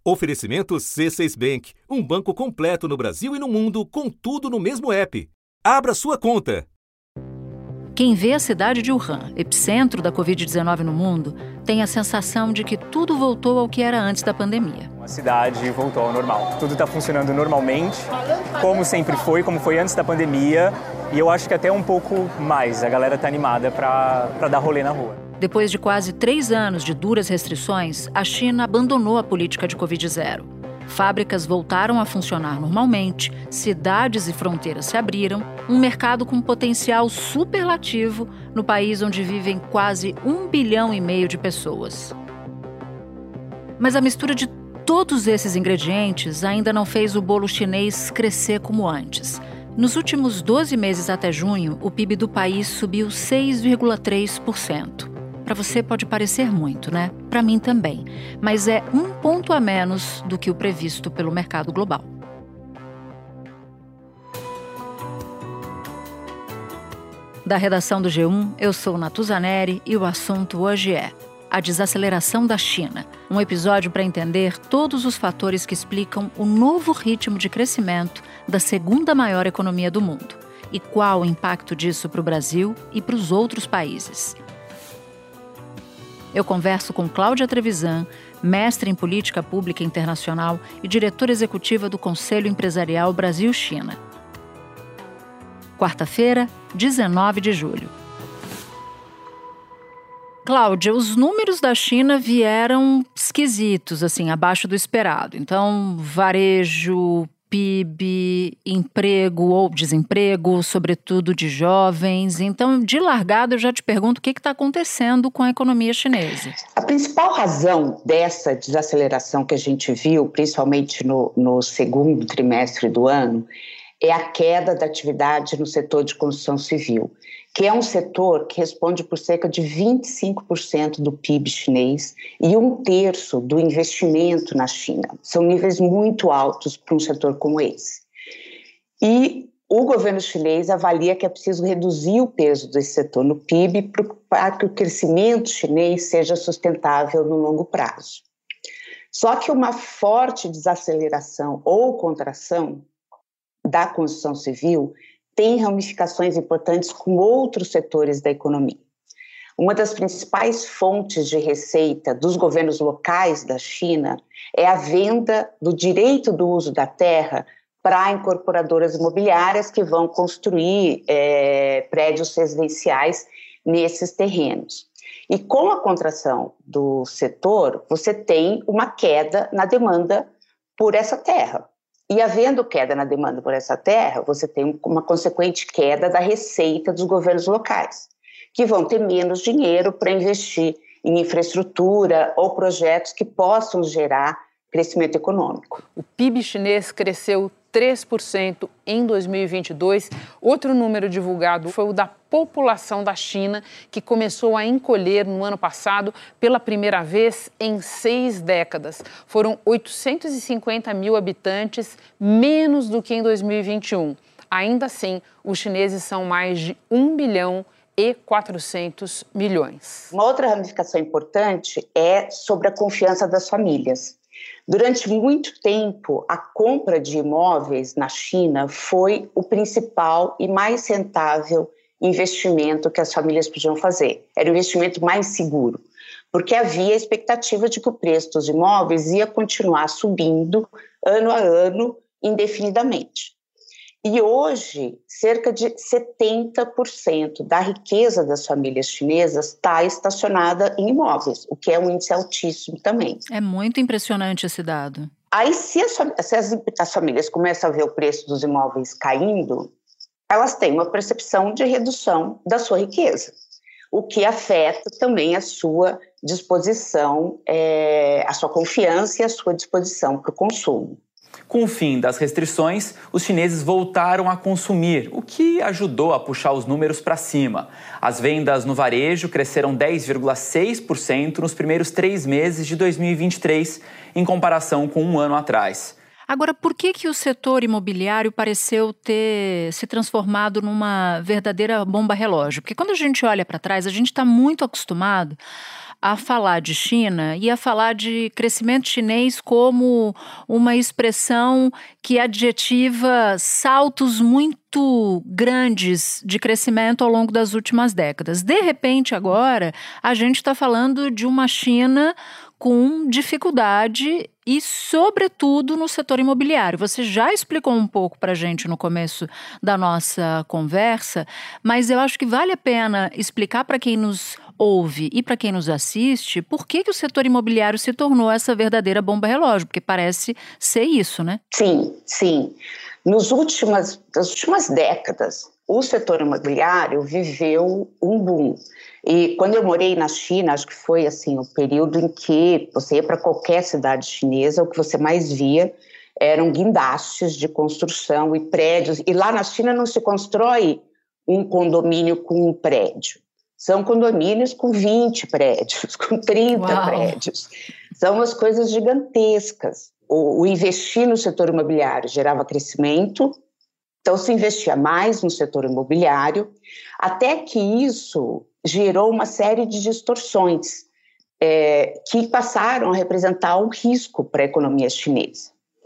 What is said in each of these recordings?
Oferecimento C6 Bank, um banco completo no Brasil e no mundo, com tudo no mesmo app. Abra sua conta. Quem vê a cidade de Wuhan, epicentro da Covid-19 no mundo, tem a sensação de que tudo voltou ao que era antes da pandemia. A cidade voltou ao normal. Tudo está funcionando normalmente, como sempre foi, como foi antes da pandemia. E eu acho que até um pouco mais. A galera está animada para dar rolê na rua. Depois de quase 3 anos de duras restrições, a China abandonou a política de Covid-0. Fábricas voltaram a funcionar normalmente, cidades e fronteiras se abriram, um mercado com potencial superlativo no país onde vivem quase 1,5 bilhão de pessoas. Mas a mistura de todos esses ingredientes ainda não fez o bolo chinês crescer como antes. Nos últimos 12 meses até junho, o PIB do país subiu 6,3%. Para você pode parecer muito, né? Para mim também. Mas é 1 ponto a menos do que o previsto pelo mercado global. Da redação do G1, eu sou Natuza Neri e o assunto hoje é a desaceleração da China. Um episódio para entender todos os fatores que explicam o novo ritmo de crescimento da segunda maior economia do mundo. E qual o impacto disso para o Brasil e para os outros países. Eu converso com Cláudia Trevisan, mestre em Política Pública Internacional e diretora executiva do Conselho Empresarial Brasil-China. Quarta-feira, 19 de julho. Cláudia, os números da China vieram esquisitos, assim, abaixo do esperado. Então, varejo, PIB, emprego ou desemprego, sobretudo de jovens. Então, de largada, eu já te pergunto o que está acontecendo com a economia chinesa. A principal razão dessa desaceleração que a gente viu, principalmente no segundo trimestre do ano, é a queda da atividade no setor de construção civil, que é um setor que responde por cerca de 25% do PIB chinês e 1/3 do investimento na China. São níveis muito altos para um setor como esse. E o governo chinês avalia que é preciso reduzir o peso desse setor no PIB para que o crescimento chinês seja sustentável no longo prazo. Só que uma forte desaceleração ou contração da construção civil tem ramificações importantes com outros setores da economia. Uma das principais fontes de receita dos governos locais da China é a venda do direito do uso da terra para incorporadoras imobiliárias que vão construir prédios residenciais nesses terrenos. E com a contração do setor, você tem uma queda na demanda por essa terra. E havendo queda na demanda por essa terra, você tem uma consequente queda da receita dos governos locais, que vão ter menos dinheiro para investir em infraestrutura ou projetos que possam gerar crescimento econômico. O PIB chinês cresceu 3% em 2022. Outro número divulgado foi o da população da China, que começou a encolher no ano passado pela primeira vez em 6 décadas. Foram 850 mil habitantes, menos do que em 2021. Ainda assim, os chineses são mais de 1 bilhão e 400 milhões. Uma outra ramificação importante é sobre a confiança das famílias. Durante muito tempo, a compra de imóveis na China foi o principal e mais rentável investimento que as famílias podiam fazer. Era o investimento mais seguro, porque havia a expectativa de que o preço dos imóveis ia continuar subindo ano a ano, indefinidamente. E hoje, cerca de 70% da riqueza das famílias chinesas está estacionada em imóveis, o que é um índice altíssimo também. É muito impressionante esse dado. Aí, se as famílias começam a ver o preço dos imóveis caindo, elas têm uma percepção de redução da sua riqueza, o que afeta também a sua disposição, a sua confiança e a sua disposição para o consumo. Com o fim das restrições, os chineses voltaram a consumir, o que ajudou a puxar os números para cima. As vendas no varejo cresceram 10,6% nos primeiros 3 meses de 2023, em comparação com um ano atrás. Agora, por que o setor imobiliário pareceu ter se transformado numa verdadeira bomba relógio? Porque quando a gente olha para trás, a gente está muito acostumado a falar de China e a falar de crescimento chinês como uma expressão que adjetiva saltos muito grandes de crescimento ao longo das últimas décadas. De repente, agora, a gente está falando de uma China com dificuldade e, sobretudo, no setor imobiliário. Você já explicou um pouco para a gente no começo da nossa conversa, mas eu acho que vale a pena explicar para quem nos ouve e para quem nos assiste por que o setor imobiliário se tornou essa verdadeira bomba-relógio, porque parece ser isso, né? Sim, sim. Nas últimas décadas, o setor imobiliário viveu um boom. E quando eu morei na China, acho que foi assim o período em que você ia para qualquer cidade chinesa, o que você mais via eram guindastes de construção e prédios. E lá na China não se constrói um condomínio com um prédio. São condomínios com 20 prédios, com 30 Uau. prédios. São umas coisas gigantescas. O investir no setor imobiliário gerava crescimento, então se investia mais no setor imobiliário, até que isso gerou uma série de distorções que passaram a representar um risco para a economia chinesa.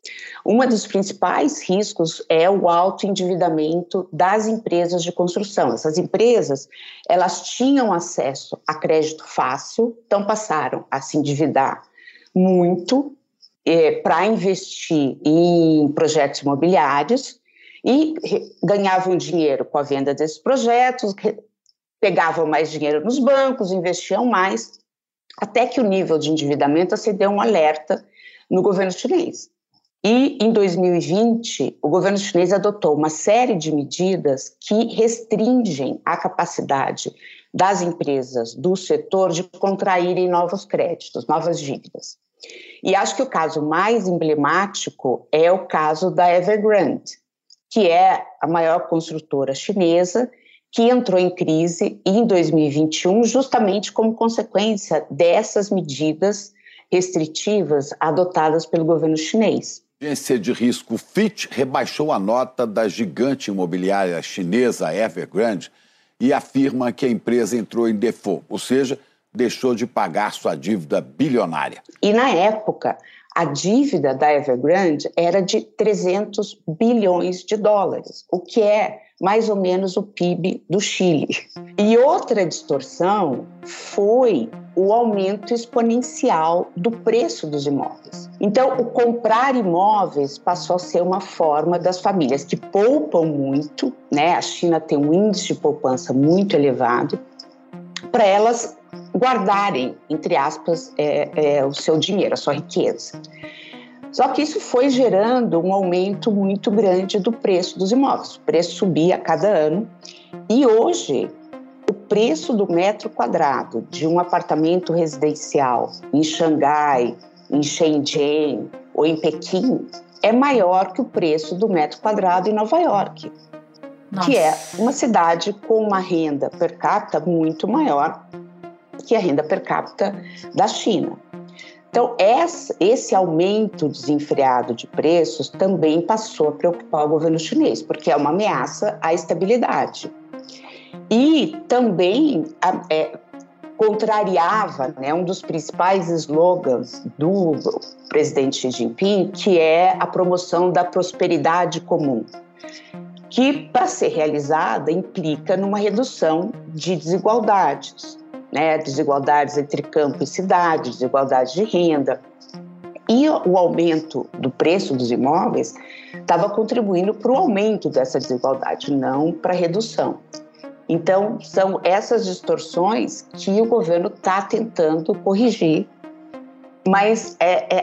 Um dos principais riscos é o alto endividamento das empresas de construção. Essas empresas, elas tinham acesso a crédito fácil, então passaram a se endividar muito para investir em projetos imobiliários e ganhavam dinheiro com a venda desses projetos, pegavam mais dinheiro nos bancos, investiam mais, até que o nível de endividamento acendeu um alerta no governo chinês. E, em 2020, o governo chinês adotou uma série de medidas que restringem a capacidade das empresas do setor de contraírem novos créditos, novas dívidas. E acho que o caso mais emblemático é o caso da Evergrande, que é a maior construtora chinesa, que entrou em crise em 2021 justamente como consequência dessas medidas restritivas adotadas pelo governo chinês. A agência de risco Fitch rebaixou a nota da gigante imobiliária chinesa Evergrande e afirma que a empresa entrou em default, ou seja, deixou de pagar sua dívida bilionária. E na época, a dívida da Evergrande era de 300 bilhões de dólares, o que é mais ou menos o PIB do Chile. E outra distorção foi o aumento exponencial do preço dos imóveis. Então, o comprar imóveis passou a ser uma forma das famílias que poupam muito, né? A China tem um índice de poupança muito elevado, para elas guardarem, entre aspas, o seu dinheiro, a sua riqueza. Só que isso foi gerando um aumento muito grande do preço dos imóveis. O preço subia a cada ano e hoje o preço do metro quadrado de um apartamento residencial em Xangai, em Shenzhen ou em Pequim é maior que o preço do metro quadrado em Nova York, Nossa. Que é uma cidade com uma renda per capita muito maior que a renda per capita da China. Então, esse aumento desenfreado de preços também passou a preocupar o governo chinês, porque é uma ameaça à estabilidade. E também contrariava, né, um dos principais slogans do presidente Xi Jinping, que é a promoção da prosperidade comum, que, para ser realizada, implica numa redução de desigualdades. Né, desigualdades entre campo e cidade, desigualdades de renda. E o aumento do preço dos imóveis estava contribuindo para o aumento dessa desigualdade, não para a redução. Então, são essas distorções que o governo está tentando corrigir, mas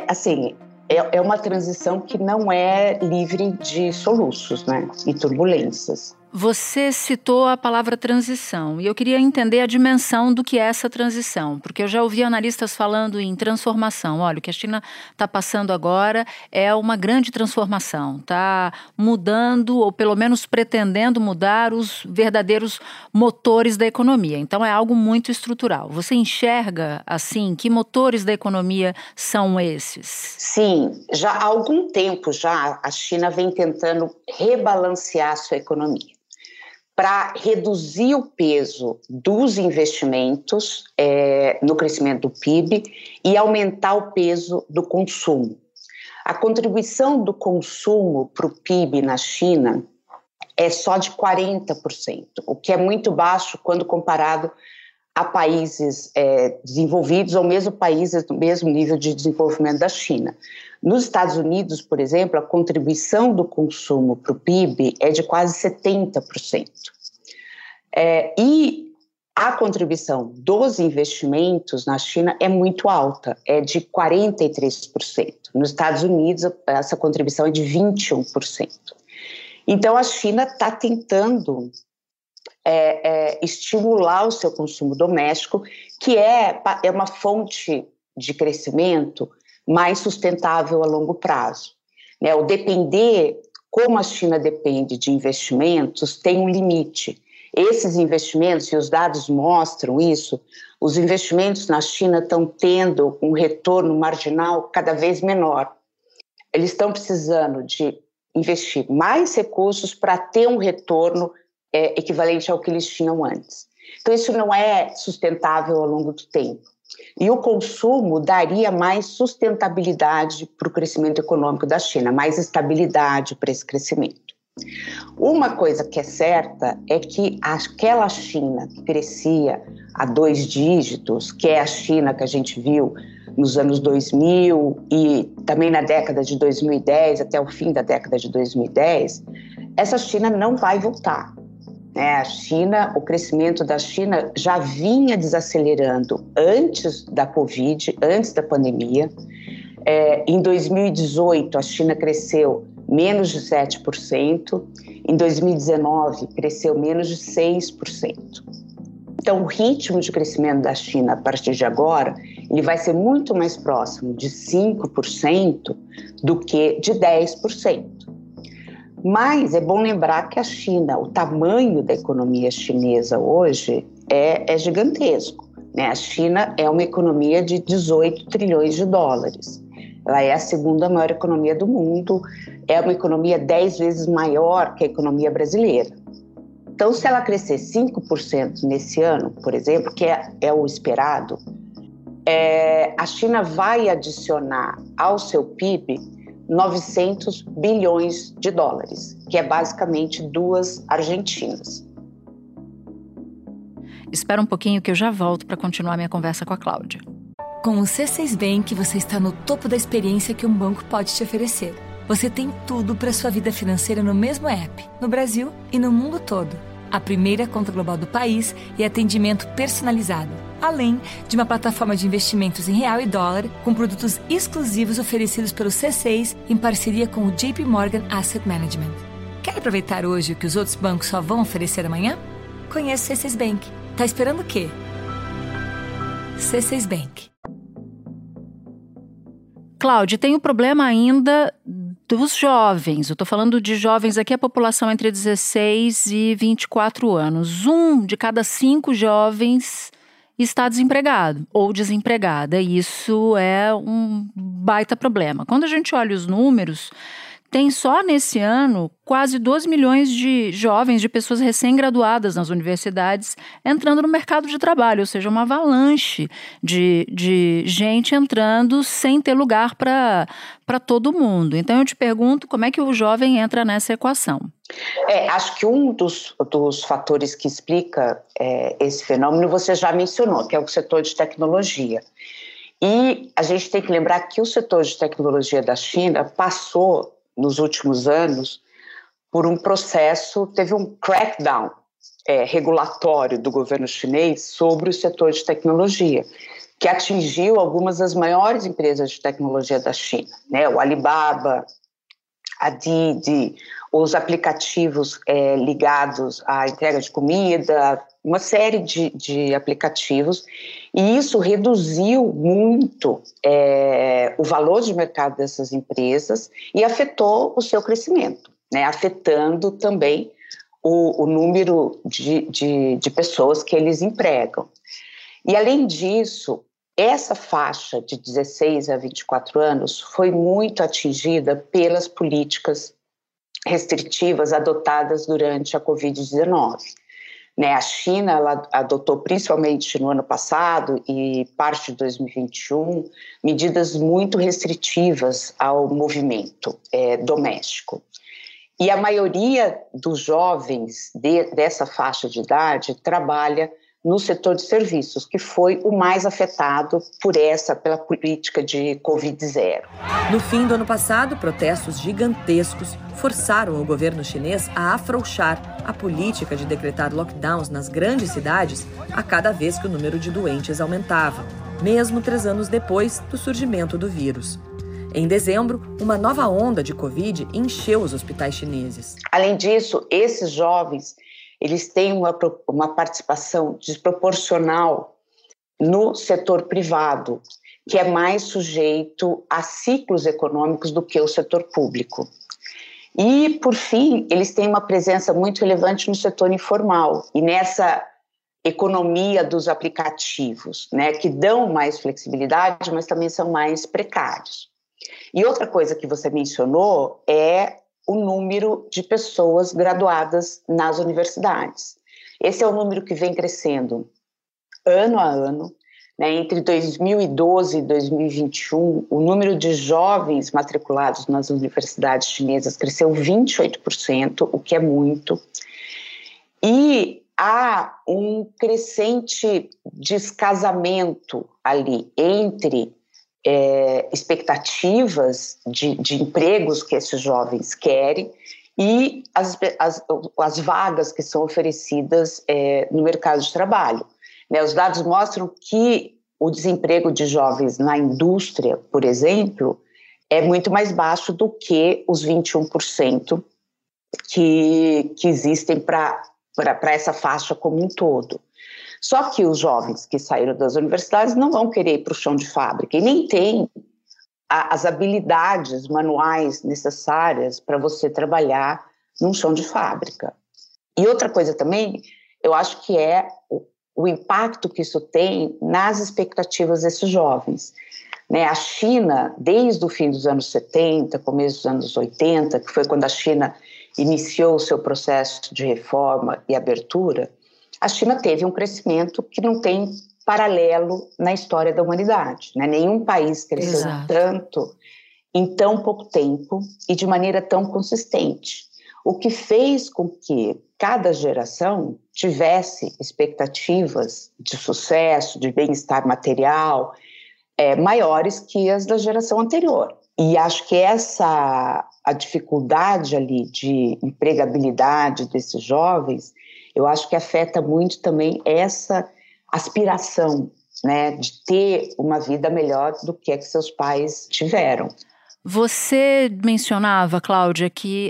é uma transição que não é livre de soluços, né, e turbulências. Você citou a palavra transição e eu queria entender a dimensão do que é essa transição, porque eu já ouvi analistas falando em transformação. Olha, o que a China está passando agora é uma grande transformação, está mudando ou pelo menos pretendendo mudar os verdadeiros motores da economia. Então é algo muito estrutural. Você enxerga, assim, que motores da economia são esses? Sim, já há algum tempo já a China vem tentando rebalancear a sua economia. para reduzir o peso dos investimentos no crescimento do PIB e aumentar o peso do consumo. A contribuição do consumo para o PIB na China é só de 40%, o que é muito baixo quando comparado a países desenvolvidos ou mesmo países do mesmo nível de desenvolvimento da China. Nos Estados Unidos, por exemplo, a contribuição do consumo para o PIB é de quase 70%. E a contribuição dos investimentos na China é muito alta, é de 43%. Nos Estados Unidos, essa contribuição é de 21%. Então, a China está tentando estimular o seu consumo doméstico, que é uma fonte de crescimento mais sustentável a longo prazo. O depender, como a China depende de investimentos, tem um limite. Esses investimentos, e os dados mostram isso, os investimentos na China estão tendo um retorno marginal cada vez menor. Eles estão precisando de investir mais recursos para ter um retorno equivalente ao que eles tinham antes. Então, isso não é sustentável ao longo do tempo. E o consumo daria mais sustentabilidade para o crescimento econômico da China, mais estabilidade para esse crescimento. Uma coisa que é certa é que aquela China que crescia a 2 dígitos, que é a China que a gente viu nos anos 2000 e também na década de 2010, até o fim da década de 2010, essa China não vai voltar. A China, o crescimento da China já vinha desacelerando antes da Covid, antes da pandemia. Em 2018, a China cresceu menos de 7%, em 2019 cresceu menos de 6%. Então, o ritmo de crescimento da China a partir de agora, ele vai ser muito mais próximo de 5% do que de 10%. Mas é bom lembrar que a China, o tamanho da economia chinesa hoje é gigantesco. A China é uma economia de 18 trilhões de dólares. Ela é a segunda maior economia do mundo, é uma economia 10 vezes maior que a economia brasileira. Então, se ela crescer 5% nesse ano, por exemplo, que é o esperado, a China vai adicionar ao seu PIB 900 bilhões de dólares, que é basicamente 2 Argentinas. Espera um pouquinho que eu já volto para continuar minha conversa com a Cláudia. Com o C6 Bank, você está no topo da experiência que um banco pode te oferecer. Você tem tudo para sua vida financeira no mesmo app, no Brasil e no mundo todo. A primeira conta global do país e atendimento personalizado, além de uma plataforma de investimentos em real e dólar com produtos exclusivos oferecidos pelo C6 em parceria com o JP Morgan Asset Management. Quer aproveitar hoje o que os outros bancos só vão oferecer amanhã? Conheça o C6 Bank. Tá esperando o quê? C6 Bank. Cláudia, tem o problema ainda dos jovens. Eu estou falando de jovens aqui, a população entre 16 e 24 anos. 1 de cada 5 jovens está desempregado ou desempregada. E isso é um baita problema. Quando a gente olha os números, tem só nesse ano quase 2 milhões de jovens, de pessoas recém-graduadas nas universidades, entrando no mercado de trabalho, ou seja, uma avalanche de gente entrando sem ter lugar para todo mundo. Então eu te pergunto, como é que o jovem entra nessa equação? Acho que um dos fatores que explica esse fenômeno você já mencionou, que é o setor de tecnologia. E a gente tem que lembrar que o setor de tecnologia da China passou, nos últimos anos, por um processo, teve um crackdown regulatório do governo chinês sobre o setor de tecnologia, que atingiu algumas das maiores empresas de tecnologia da China, o Alibaba, a Didi, os aplicativos ligados à entrega de comida, uma série de aplicativos, e isso reduziu muito o valor de mercado dessas empresas e afetou o seu crescimento, afetando também o número de pessoas que eles empregam. E, além disso, essa faixa de 16 a 24 anos foi muito atingida pelas políticas restritivas adotadas durante a Covid-19. A China ela adotou, principalmente no ano passado e parte de 2021, medidas muito restritivas ao movimento doméstico. E a maioria dos jovens dessa faixa de idade trabalha no setor de serviços, que foi o mais afetado pela política de Covid-0. No fim do ano passado, protestos gigantescos forçaram o governo chinês a afrouxar a política de decretar lockdowns nas grandes cidades a cada vez que o número de doentes aumentava, mesmo 3 anos depois do surgimento do vírus. Em dezembro, uma nova onda de Covid encheu os hospitais chineses. Além disso, esses jovens eles têm uma participação desproporcional no setor privado, que é mais sujeito a ciclos econômicos do que o setor público. E, por fim, eles têm uma presença muito relevante no setor informal e nessa economia dos aplicativos, que dão mais flexibilidade, mas também são mais precários. E outra coisa que você mencionou é o número de pessoas graduadas nas universidades. Esse é o número que vem crescendo ano a ano. Entre 2012 e 2021, o número de jovens matriculados nas universidades chinesas cresceu 28%, o que é muito. E há um crescente descasamento ali entre expectativas de empregos que esses jovens querem e as vagas que são oferecidas no mercado de trabalho. Os dados mostram que o desemprego de jovens na indústria, por exemplo, é muito mais baixo do que os 21% que existem para essa faixa como um todo. Só que os jovens que saíram das universidades não vão querer ir para o chão de fábrica e nem têm as habilidades manuais necessárias para você trabalhar num chão de fábrica. E outra coisa também, eu acho que é o impacto que isso tem nas expectativas desses jovens. A China, desde o fim dos anos 70, começo dos anos 80, que foi quando a China iniciou o seu processo de reforma e abertura, a China teve um crescimento que não tem paralelo na história da humanidade. Nenhum país cresceu tanto em tão pouco tempo e de maneira tão consistente. O que fez com que cada geração tivesse expectativas de sucesso, de bem-estar material, maiores que as da geração anterior. E acho que a dificuldade ali de empregabilidade desses jovens, eu acho que afeta muito também essa aspiração, de ter uma vida melhor do que seus pais tiveram. Você mencionava, Cláudia, que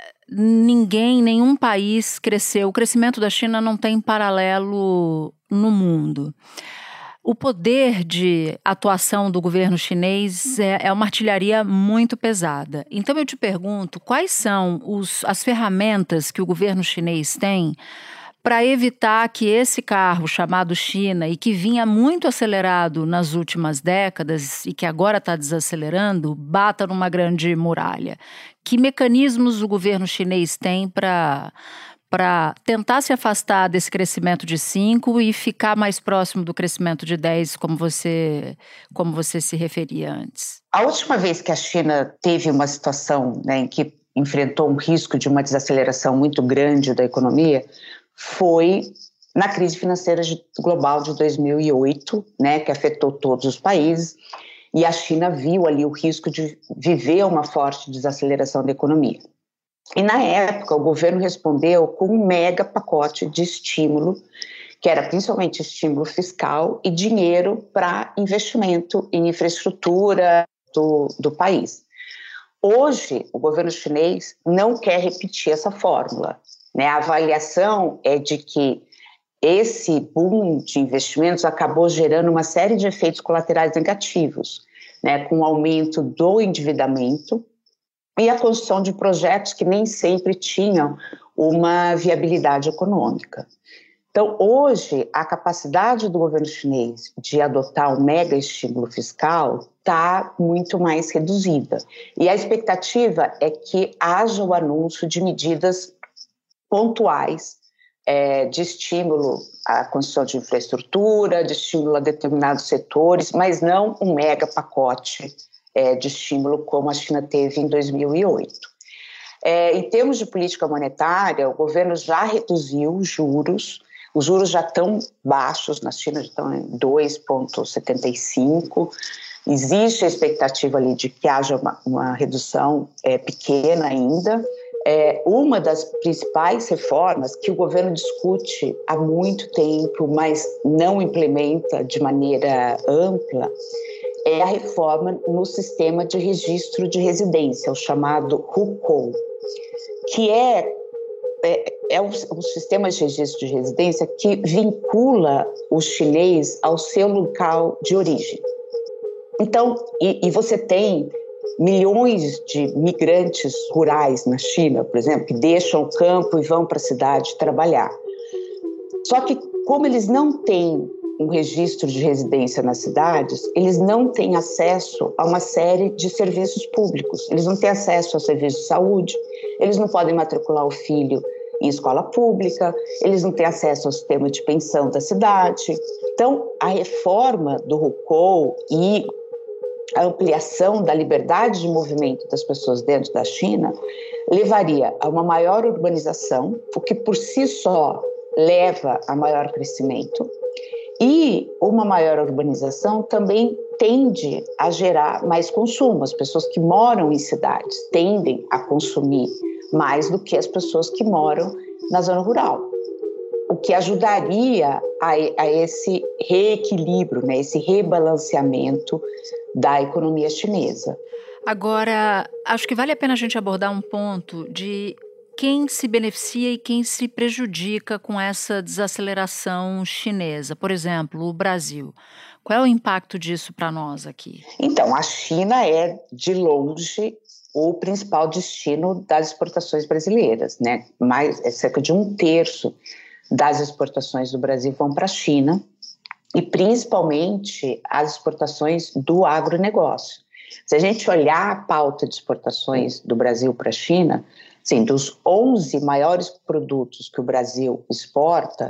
nenhum país cresceu. O crescimento da China não tem paralelo no mundo. O poder de atuação do governo chinês é uma artilharia muito pesada. Então eu te pergunto, quais são as ferramentas que o governo chinês tem para evitar que esse carro chamado China e que vinha muito acelerado nas últimas décadas e que agora está desacelerando, bata numa grande muralha? Que mecanismos o governo chinês tem para tentar se afastar desse crescimento de 5 e ficar mais próximo do crescimento de 10, como você se referia antes? A última vez que a China teve uma situação em que enfrentou um risco de uma desaceleração muito grande da economia foi na crise financeira global de 2008, que afetou todos os países, e a China viu ali o risco de viver uma forte desaceleração da economia. E na época o governo respondeu com um mega pacote de estímulo, que era principalmente estímulo fiscal e dinheiro para investimento em infraestrutura do país. Hoje o governo chinês não quer repetir essa fórmula. A avaliação é de que esse boom de investimentos acabou gerando uma série de efeitos colaterais negativos, com o aumento do endividamento e a construção de projetos que nem sempre tinham uma viabilidade econômica. Então, hoje, a capacidade do governo chinês de adotar um mega estímulo fiscal está muito mais reduzida. E a expectativa é que haja o anúncio de medidas pontuais de estímulo à construção de infraestrutura, de estímulo a determinados setores, mas não um mega pacote de estímulo como a China teve em 2008. Em termos de política monetária, o governo já reduziu os juros já estão baixos, na China já estão em 2,75%. Existe a expectativa ali de que haja uma redução pequena ainda. Uma das principais reformas que o governo discute há muito tempo, mas não implementa de maneira ampla, é a reforma no sistema de registro de residência, o chamado Hukou, que é um sistema de registro de residência que vincula o chinês ao seu local de origem. Então, e você tem milhões de migrantes rurais na China, por exemplo, que deixam o campo e vão para a cidade trabalhar. Só que, como eles não têm um registro de residência nas cidades, eles não têm acesso a uma série de serviços públicos. Eles não têm acesso ao serviço de saúde, eles não podem matricular o filho em escola pública, eles não têm acesso ao sistema de pensão da cidade. Então, a reforma do Hukou e a ampliação da liberdade de movimento das pessoas dentro da China levaria a uma maior urbanização, o que por si só leva a maior crescimento, e uma maior urbanização também tende a gerar mais consumo. As pessoas que moram em cidades tendem a consumir mais do que as pessoas que moram na zona rural, o que ajudaria a esse reequilíbrio, né, esse rebalanceamento da economia chinesa. Agora, acho que vale a pena a gente abordar um ponto de quem se beneficia e quem se prejudica com essa desaceleração chinesa. Por exemplo, o Brasil. Qual é o impacto disso para nós aqui? Então, a China é, de longe, o principal destino das exportações brasileiras, né? Cerca de 1/3 das exportações do Brasil vão para a China, e principalmente as exportações do agronegócio. Se a gente olhar a pauta de exportações do Brasil para a China, sim, dos 11 maiores produtos que o Brasil exporta,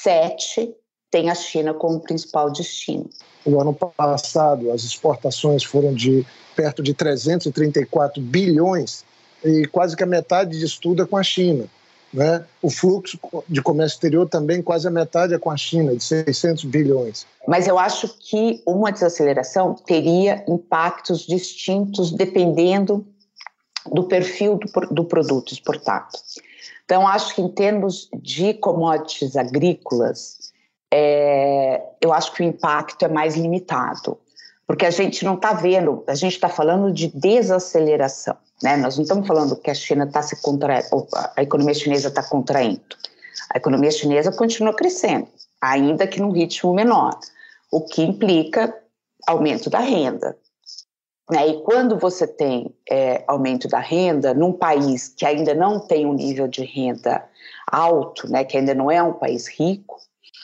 7 tem a China como principal destino. O ano passado, as exportações foram de perto de 334 bilhões e quase que a metade disso tudo é com a China, né? O fluxo de comércio exterior também quase a metade é com a China, de 600 bilhões. Mas eu acho que uma desaceleração teria impactos distintos dependendo do perfil do produto exportado. Então, acho que em termos de commodities agrícolas, eu acho que o impacto é mais limitado, porque a gente não está vendo, a gente está falando de desaceleração, né? Nós não estamos falando que a China está se contraindo, a economia chinesa está contraindo. A economia chinesa continua crescendo, ainda que num ritmo menor, o que implica aumento da renda. E quando você tem aumento da renda num país que ainda não tem um nível de renda alto, né, que ainda não é um país rico,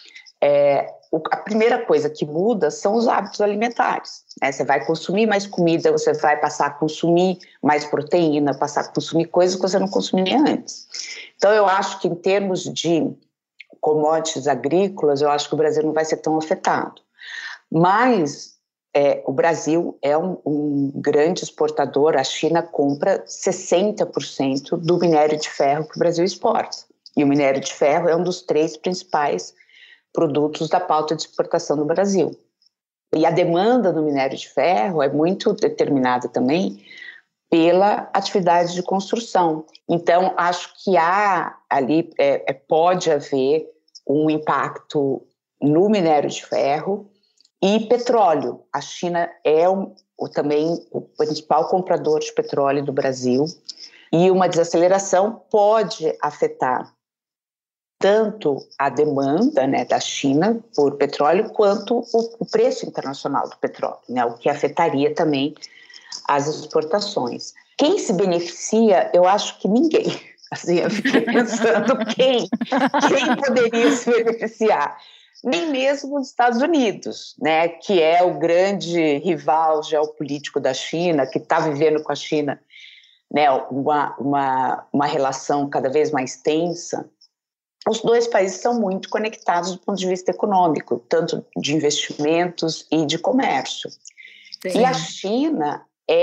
a primeira coisa que muda são os hábitos alimentares, né? Você vai consumir mais comida, você vai passar a consumir mais proteína, passar a consumir coisas que você não consumia antes. Então, eu acho que em termos de commodities agrícolas, eu acho que o Brasil não vai ser tão afetado. Mas o Brasil é um grande exportador, a China compra 60% do minério de ferro que o Brasil exporta. E o minério de ferro é um dos 3 principais produtos da pauta de exportação do Brasil. E a demanda do minério de ferro é muito determinada também pela atividade de construção. Então, acho que ali pode haver um impacto no minério de ferro e petróleo. A China é também o principal comprador de petróleo do Brasil, e uma desaceleração pode afetar tanto a demanda, né, da China por petróleo, quanto o preço internacional do petróleo, né, o que afetaria também as exportações. Quem se beneficia, eu acho que ninguém. Assim, eu fiquei pensando quem poderia se beneficiar. Nem mesmo os Estados Unidos, né, que é o grande rival geopolítico da China, que está vivendo com a China, né, uma relação cada vez mais tensa. Os dois países são muito conectados do ponto de vista econômico, tanto de investimentos e de comércio. Sim. E a China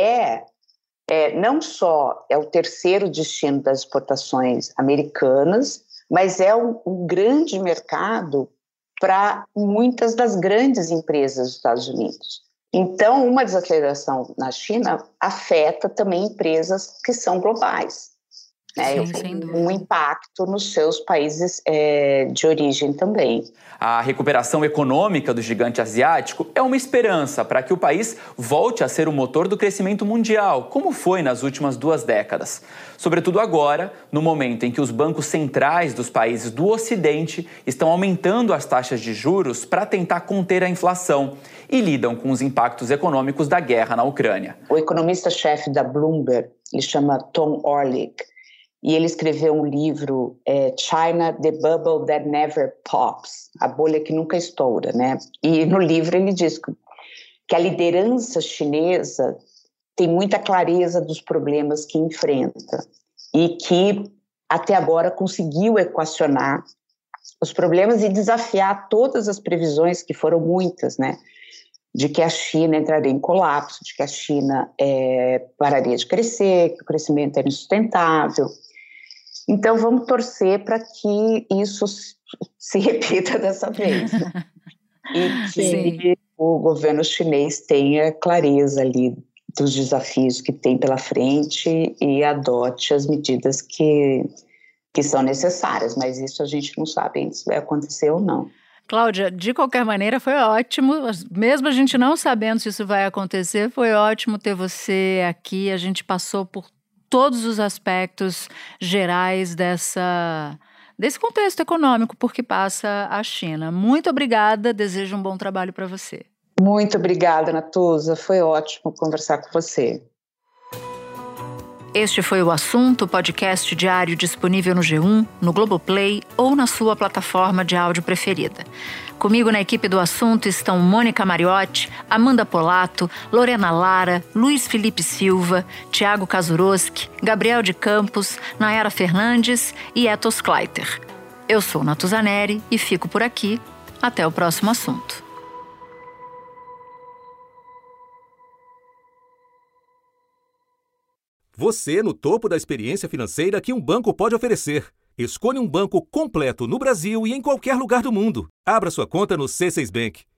não só é o terceiro destino das exportações americanas, mas é um grande mercado para muitas das grandes empresas dos Estados Unidos. Então, uma desaceleração na China afeta também empresas que são globais, né? Tem um impacto nos seus países de origem também. A recuperação econômica do gigante asiático é uma esperança para que o país volte a ser o motor do crescimento mundial, como foi nas últimas 2 décadas. Sobretudo agora, no momento em que os bancos centrais dos países do Ocidente estão aumentando as taxas de juros para tentar conter a inflação e lidam com os impactos econômicos da guerra na Ucrânia. O economista-chefe da Bloomberg, ele chama Tom Orlik, e ele escreveu um livro, China, the Bubble That Never Pops, a bolha que nunca estoura, né? E no livro ele diz que a liderança chinesa tem muita clareza dos problemas que enfrenta e que até agora conseguiu equacionar os problemas e desafiar todas as previsões, que foram muitas, né? De que a China entraria em colapso, de que a China pararia de crescer, que o crescimento era insustentável. Então, vamos torcer para que isso se repita dessa vez. E que o governo chinês tenha clareza ali dos desafios que tem pela frente e adote as medidas que são necessárias. Mas isso a gente não sabe ainda se vai acontecer ou não. Cláudia, de qualquer maneira foi ótimo, mesmo a gente não sabendo se isso vai acontecer, foi ótimo ter você aqui. A gente passou por todos os aspectos gerais desse contexto econômico por que passa a China. Muito obrigada, desejo um bom trabalho para você. Muito obrigada, Natuza, foi ótimo conversar com você. Este foi o Assunto, podcast diário disponível no G1, no Globoplay ou na sua plataforma de áudio preferida. Comigo na equipe do Assunto estão Mônica Mariotti, Amanda Polato, Lorena Lara, Luiz Felipe Silva, Tiago Kazuroski, Gabriel de Campos, Nayara Fernandes e Etos Kleiter. Eu sou Natuza Neri e fico por aqui. Até o próximo Assunto. Você no topo da experiência financeira que um banco pode oferecer. Escolha um banco completo no Brasil e em qualquer lugar do mundo. Abra sua conta no C6 Bank.